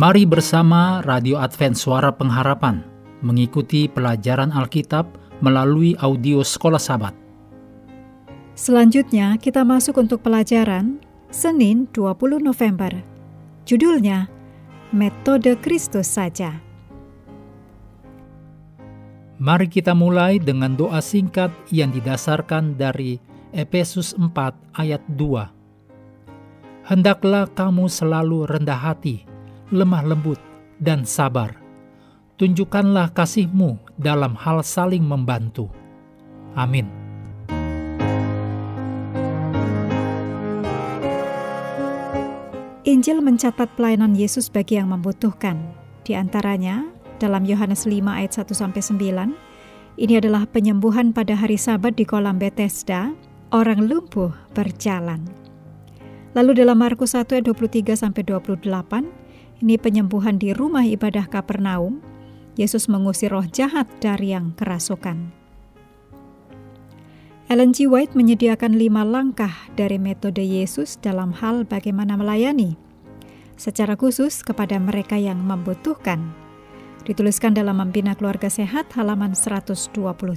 Mari bersama Radio Advent Suara Pengharapan mengikuti pelajaran Alkitab melalui audio Sekolah Sabat. Selanjutnya kita masuk untuk pelajaran Senin 20 November. Judulnya, Metode Kristus Saja. Mari kita mulai dengan doa singkat yang didasarkan dari Efesus 4 ayat 2. Hendaklah kamu selalu rendah hati, lemah lembut, dan sabar. Tunjukkanlah kasih-Mu dalam hal saling membantu. Amin. Injil mencatat pelayanan Yesus bagi yang membutuhkan. Di antaranya, dalam Yohanes 5 ayat 1-9, ini adalah penyembuhan pada hari Sabat di kolam Bethesda, orang lumpuh berjalan. Lalu dalam Markus 1 ayat 23-28, ini penyembuhan di rumah ibadah Kapernaum. Yesus mengusir roh jahat dari yang kerasukan. Ellen G. White menyediakan 5 langkah dari metode Yesus dalam hal bagaimana melayani, secara khusus kepada mereka yang membutuhkan. Dituliskan dalam Membina Keluarga Sehat halaman 123.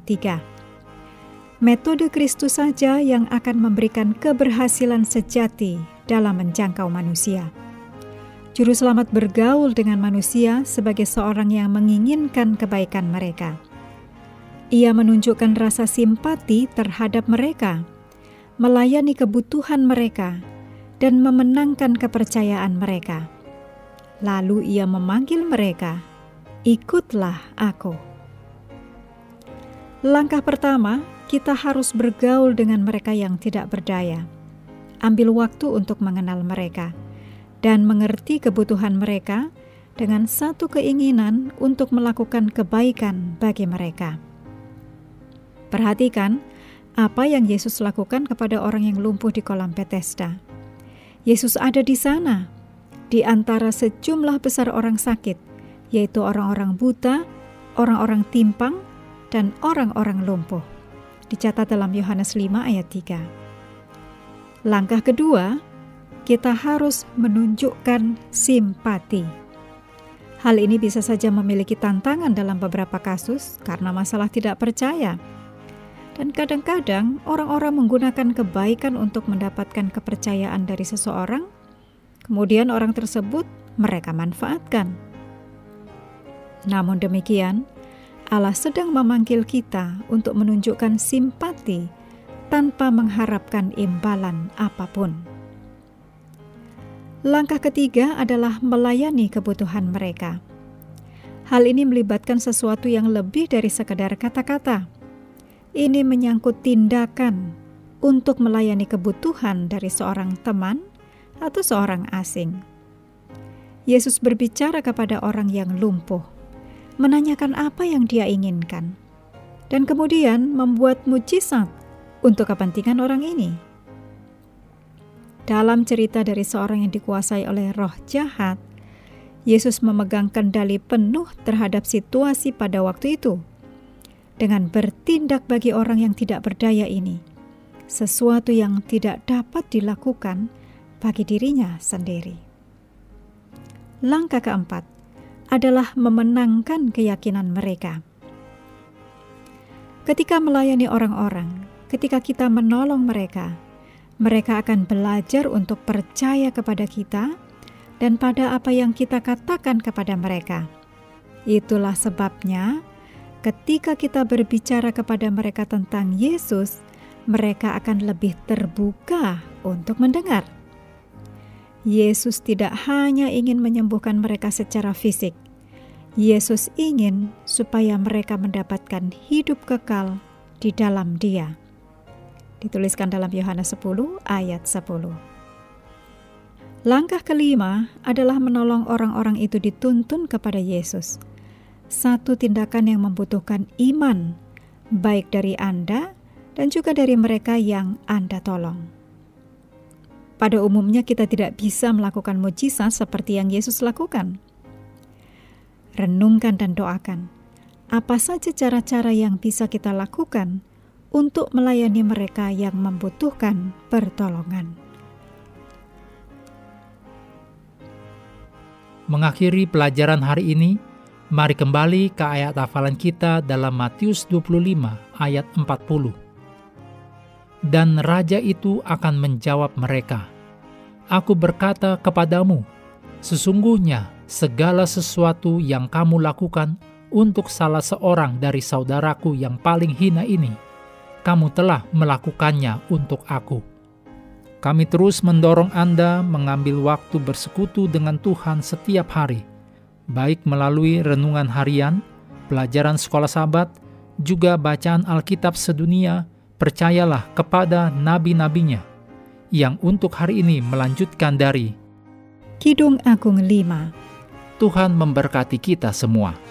Metode Kristus saja yang akan memberikan keberhasilan sejati dalam menjangkau manusia. Juru selamat bergaul dengan manusia sebagai seorang yang menginginkan kebaikan mereka. Ia menunjukkan rasa simpati terhadap mereka, melayani kebutuhan mereka, dan memenangkan kepercayaan mereka. Lalu ia memanggil mereka, "Ikutlah aku." Langkah pertama, kita harus bergaul dengan mereka yang tidak berdaya. Ambil waktu untuk mengenal mereka dan mengerti kebutuhan mereka dengan satu keinginan untuk melakukan kebaikan bagi mereka. Perhatikan apa yang Yesus lakukan kepada orang yang lumpuh di kolam Bethesda. Yesus ada di sana, di antara sejumlah besar orang sakit, yaitu orang-orang buta, orang-orang timpang, dan orang-orang lumpuh. Dicatat dalam Yohanes 5 ayat 3. Langkah kedua, kita harus menunjukkan simpati. Hal ini bisa saja memiliki tantangan dalam beberapa kasus karena masalah tidak percaya. Dan kadang-kadang orang-orang menggunakan kebaikan untuk mendapatkan kepercayaan dari seseorang, kemudian orang tersebut mereka manfaatkan. Namun demikian, Allah sedang memanggil kita untuk menunjukkan simpati tanpa mengharapkan imbalan apapun. Langkah ketiga adalah melayani kebutuhan mereka. Hal ini melibatkan sesuatu yang lebih dari sekedar kata-kata. Ini menyangkut tindakan untuk melayani kebutuhan dari seorang teman atau seorang asing. Yesus berbicara kepada orang yang lumpuh, menanyakan apa yang dia inginkan, dan kemudian membuat mujizat untuk kepentingan orang ini. Dalam cerita dari seorang yang dikuasai oleh roh jahat, Yesus memegang kendali penuh terhadap situasi pada waktu itu. Dengan bertindak bagi orang yang tidak berdaya ini, sesuatu yang tidak dapat dilakukan bagi dirinya sendiri. Langkah keempat adalah memenangkan keyakinan mereka. Ketika melayani orang-orang, ketika kita menolong mereka, mereka akan belajar untuk percaya kepada kita dan pada apa yang kita katakan kepada mereka. Itulah sebabnya, ketika kita berbicara kepada mereka tentang Yesus, mereka akan lebih terbuka untuk mendengar. Yesus tidak hanya ingin menyembuhkan mereka secara fisik. Yesus ingin supaya mereka mendapatkan hidup kekal di dalam Dia. Dituliskan dalam Yohanes 10 ayat 10. Langkah kelima adalah menolong orang-orang itu dituntun kepada Yesus. Satu tindakan yang membutuhkan iman, baik dari Anda dan juga dari mereka yang Anda tolong. Pada umumnya kita tidak bisa melakukan mujizat seperti yang Yesus lakukan. Renungkan dan doakan, apa saja cara-cara yang bisa kita lakukan untuk melayani mereka yang membutuhkan pertolongan. Mengakhiri pelajaran hari ini, mari kembali ke ayat hafalan kita dalam Matius 25 ayat 40. Dan raja itu akan menjawab mereka, "Aku berkata kepadamu, sesungguhnya segala sesuatu yang kamu lakukan untuk salah seorang dari saudaraku yang paling hina ini, kamu telah melakukannya untuk aku." Kami terus mendorong Anda mengambil waktu bersekutu dengan Tuhan setiap hari, baik melalui renungan harian, pelajaran sekolah Sabat, juga bacaan Alkitab sedunia. Percayalah kepada nabi-nabinya, yang untuk hari ini melanjutkan dari Kidung Agung 5. Tuhan memberkati kita semua.